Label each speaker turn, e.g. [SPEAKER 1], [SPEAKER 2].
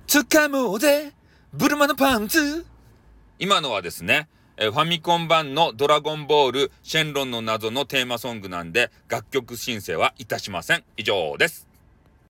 [SPEAKER 1] 掴もうぜブルマのパンツ。今のはですね、ファミコン版のドラゴンボールシェンロンの謎のテーマソングなんで楽曲申請はいたしません。以上です。